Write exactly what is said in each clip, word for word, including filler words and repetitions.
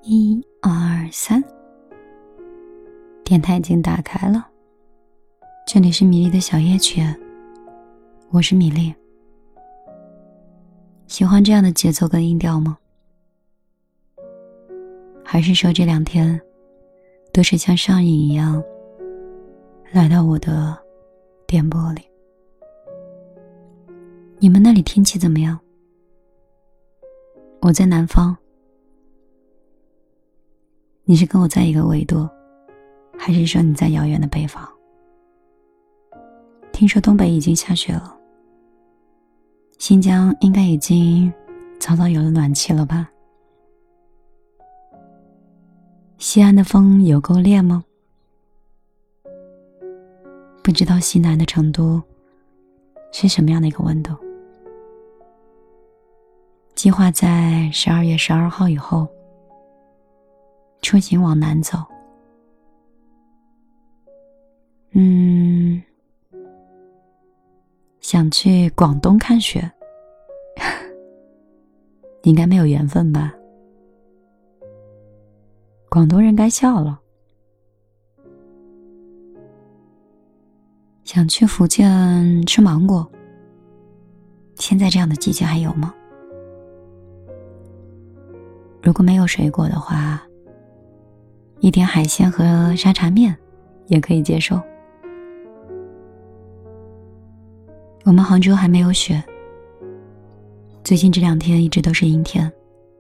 一二三，电台已经打开了，这里是米粒的小夜曲，我是米粒。喜欢这样的节奏跟音调吗？还是说这两天都是像上瘾一样来到我的电波里？你们那里天气怎么样？我在南方，你是跟我在一个纬度，还是说你在遥远的北方？听说东北已经下雪了，新疆应该已经早早有了暖气了吧？西安的风有够烈吗？不知道西南的成都是什么样的一个温度？计划在十二月十二号以后出行往南走。嗯，想去广东看雪，应该没有缘分吧？广东人该笑了。想去福建吃芒果，现在这样的季节还有吗？如果没有水果的话，一点海鲜和沙茶面也可以接受。我们杭州还没有雪，最近这两天一直都是阴天，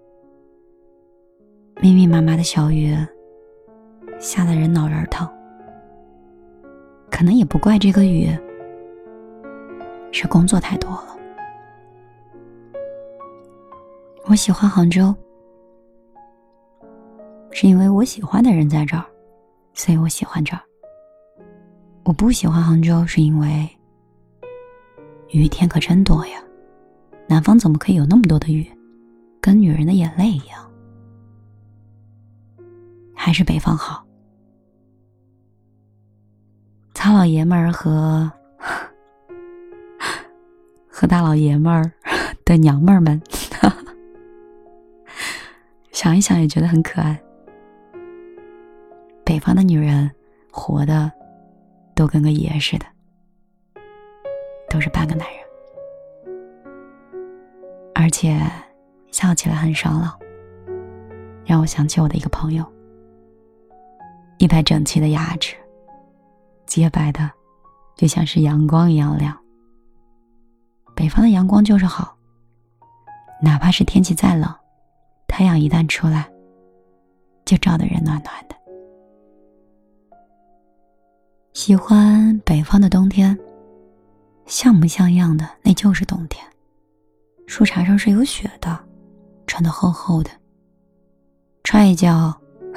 密密麻麻的小雨下得人脑仁疼。可能也不怪这个雨，是工作太多了。我喜欢杭州，是因为我喜欢的人在这儿，所以我喜欢这儿。我不喜欢杭州，是因为雨天可真多呀，南方怎么可以有那么多的雨，跟女人的眼泪一样。还是北方好。糙老爷们儿和和大老爷们儿的娘们儿们想一想也觉得很可爱。北方的女人活的都跟个爷似的，都是半个男人，而且笑起来很爽朗，让我想起我的一个朋友，一排整齐的牙齿，洁白的就像是阳光一样亮。北方的阳光就是好，哪怕是天气再冷，太阳一旦出来就照得人暖暖的。喜欢北方的冬天，像不像样的那就是冬天，树杈上是有雪的，穿得厚厚的，踹一脚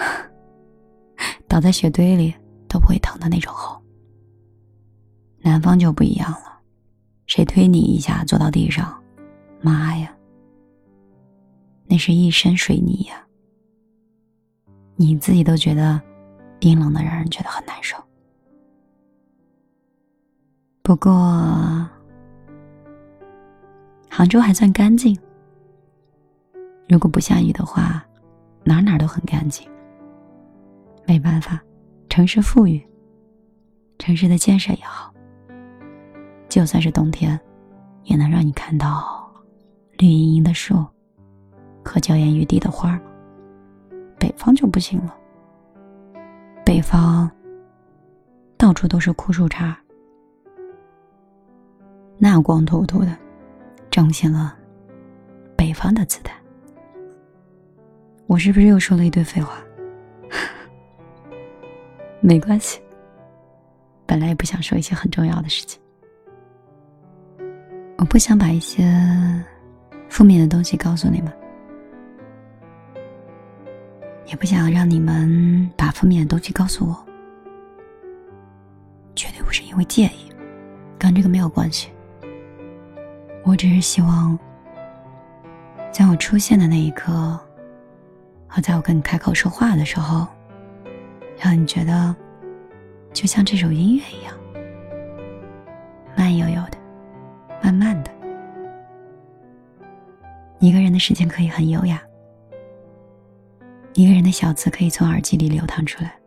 倒在雪堆里都不会疼的那种厚。南方就不一样了，谁推你一下坐到地上，妈呀，那是一身水泥呀，你自己都觉得冰冷的，让人觉得很难受。不过杭州还算干净，如果不下雨的话，哪哪都很干净。没办法，城市富裕，城市的建设也好，就算是冬天也能让你看到绿茵茵的树和娇艳欲滴的花。北方就不行了，北方到处都是枯树杈，那光秃秃的，彰显了北方的姿态。我是不是又说了一堆废话？没关系，本来也不想说一些很重要的事情。我不想把一些负面的东西告诉你们，也不想让你们把负面的东西告诉我，绝对不是因为介意，跟这个没有关系。我只是希望在我出现的那一刻，和在我跟你开口说话的时候，让你觉得就像这首音乐一样，慢悠悠的，慢慢的。一个人的时间可以很优雅， 一个人的小刺可以从耳机里流淌出来。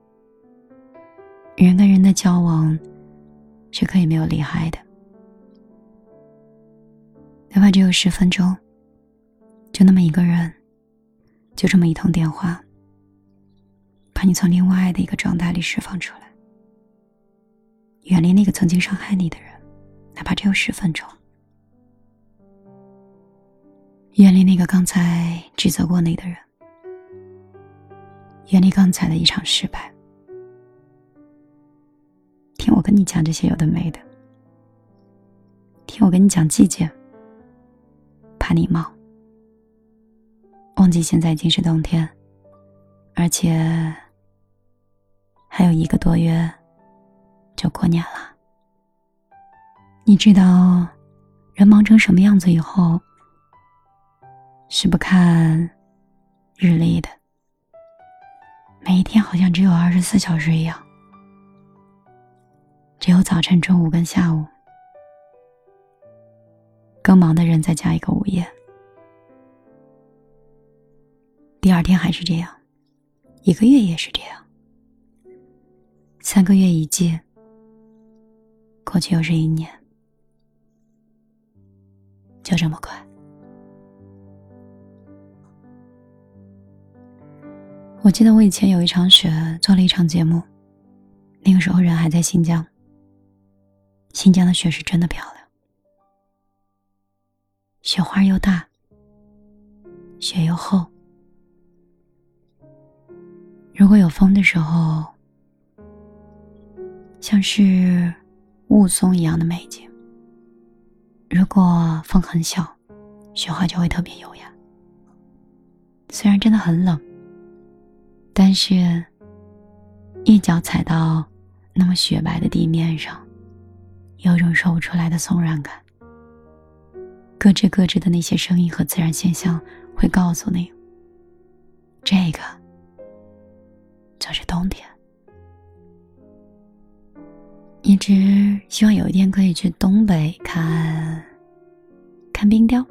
人跟人的交往是可以没有厉害的，哪怕只有十分钟，就那么一个人，就这么一通电话，把你从另外的一个状态里释放出来，远离那个曾经伤害你的人，哪怕只有十分钟，远离那个刚才指责过你的人，远离刚才的一场失败。听我跟你讲这些有的没的，听我跟你讲季节，怕你忙，忘记现在已经是冬天，而且还有一个多月就过年了。你知道人忙成什么样子以后，是不看日历的，每一天好像只有二十四小时一样，只有早晨、中午跟下午。更忙的人再加一个午夜，第二天还是这样，一个月也是这样，三个月一季，过去又是一年，就这么快。我记得我以前有一场雪，做了一场节目，那个时候人还在新疆，新疆的雪是真的漂亮，雪花又大，雪又厚，如果有风的时候，像是雾凇一样的美景，如果风很小，雪花就会特别优雅。虽然真的很冷，但是一脚踩到那么雪白的地面上，有种说不出来的松软感。咯吱咯吱的那些声音和自然现象会告诉你，这个就是冬天。一直希望有一天可以去东北看看冰雕，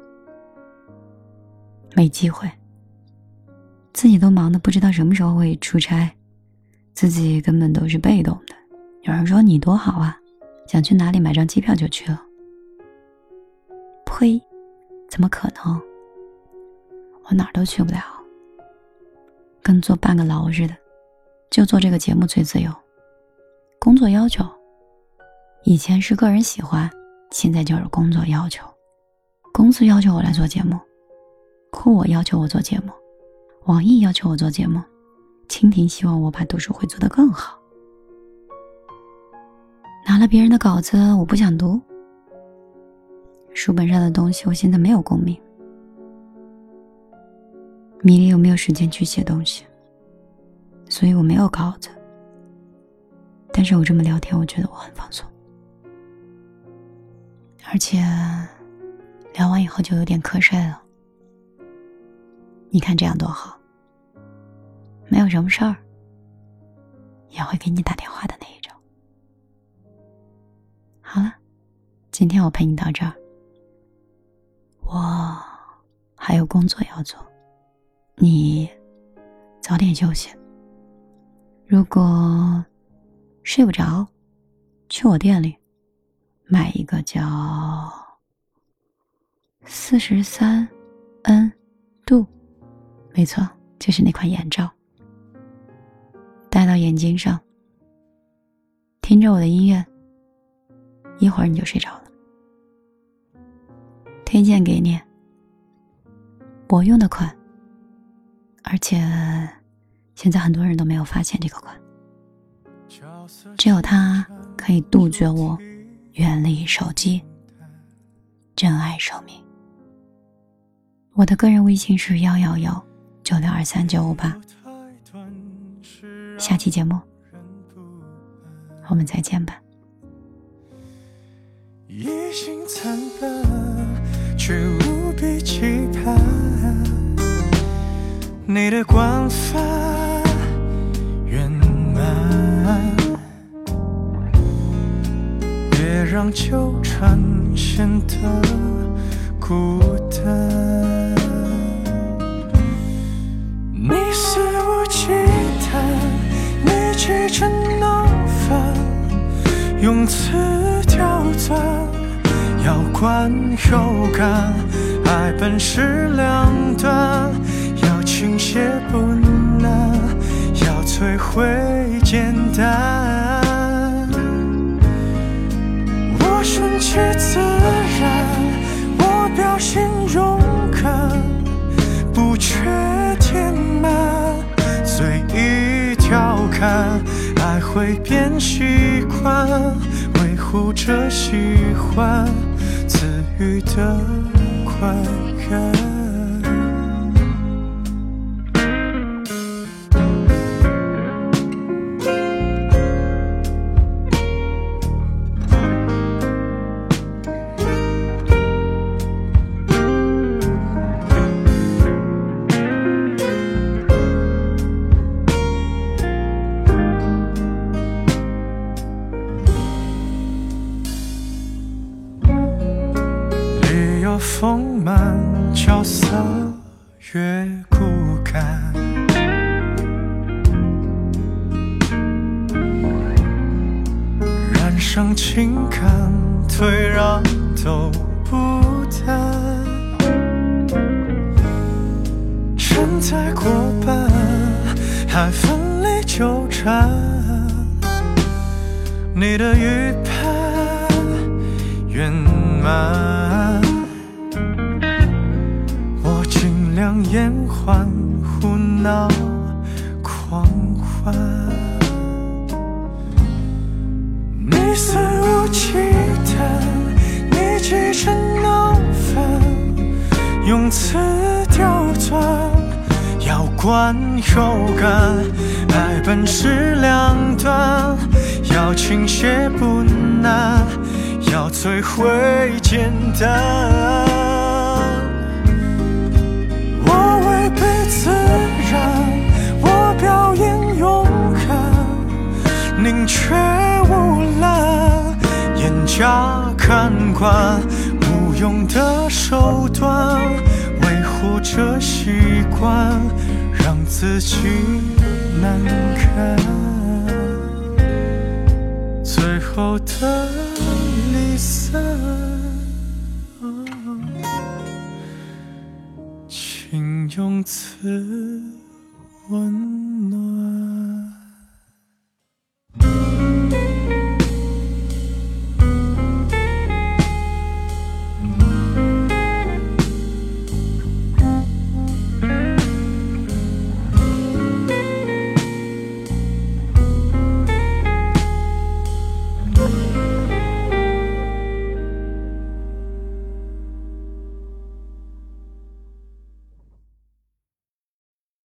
没机会，自己都忙得不知道什么时候会出差，自己根本都是被动的。有人说你多好啊，想去哪里买张机票就去了。呸，怎么可能，我哪儿都去不了，跟坐半个牢似的，就做这个节目最自由。工作要求以前是个人喜欢，现在就是工作要求。公司要求我来做节目，酷我要求我做节目，网易要求我做节目，蜻蜓希望我把读书会做得更好。拿了别人的稿子我不想读，书本上的东西我现在没有共鸣，米粒又没有时间去写东西，所以我没有稿子。但是我这么聊天，我觉得我很放松，而且聊完以后就有点瞌睡了。你看这样多好，没有什么事儿也会给你打电话的那一种。好了，今天我陪你到这儿，我还有工作要做，你早点休息。如果睡不着，去我店里买一个叫四十三 N 度，没错，就是那款眼罩，戴到眼睛上，听着我的音乐，一会儿你就睡着了。推荐给你，我用的款，而且现在很多人都没有发现这个款，只有它可以杜绝我远离手机，珍爱生命。我的个人微信是幺幺幺九六二三九五八。下期节目我们再见吧。 一心惨笨，却无比期盼你的光发圆满，别让纠缠显得孤单。你用词刁钻，要管有感，爱本是两端，要倾泻不难，要摧毁简单。我顺其自然，我表现勇敢，不缺填满，随意调侃，爱会变习惯，维护着喜欢，赐予的快感。丰满角色越骨感，染上情感，退让都不淡，身在过半，还奋力纠缠，你的预判圆满，尽量延缓胡闹狂欢，你肆无忌惮，你急着闹翻，用词刁钻，要管有感，爱本是两端，要倾泻不难，要摧毁简单。自然，我表演勇敢，宁缺毋滥，严加看管，无用的手段，维护着习惯，让自己难堪，最后的离散，请用词温暖。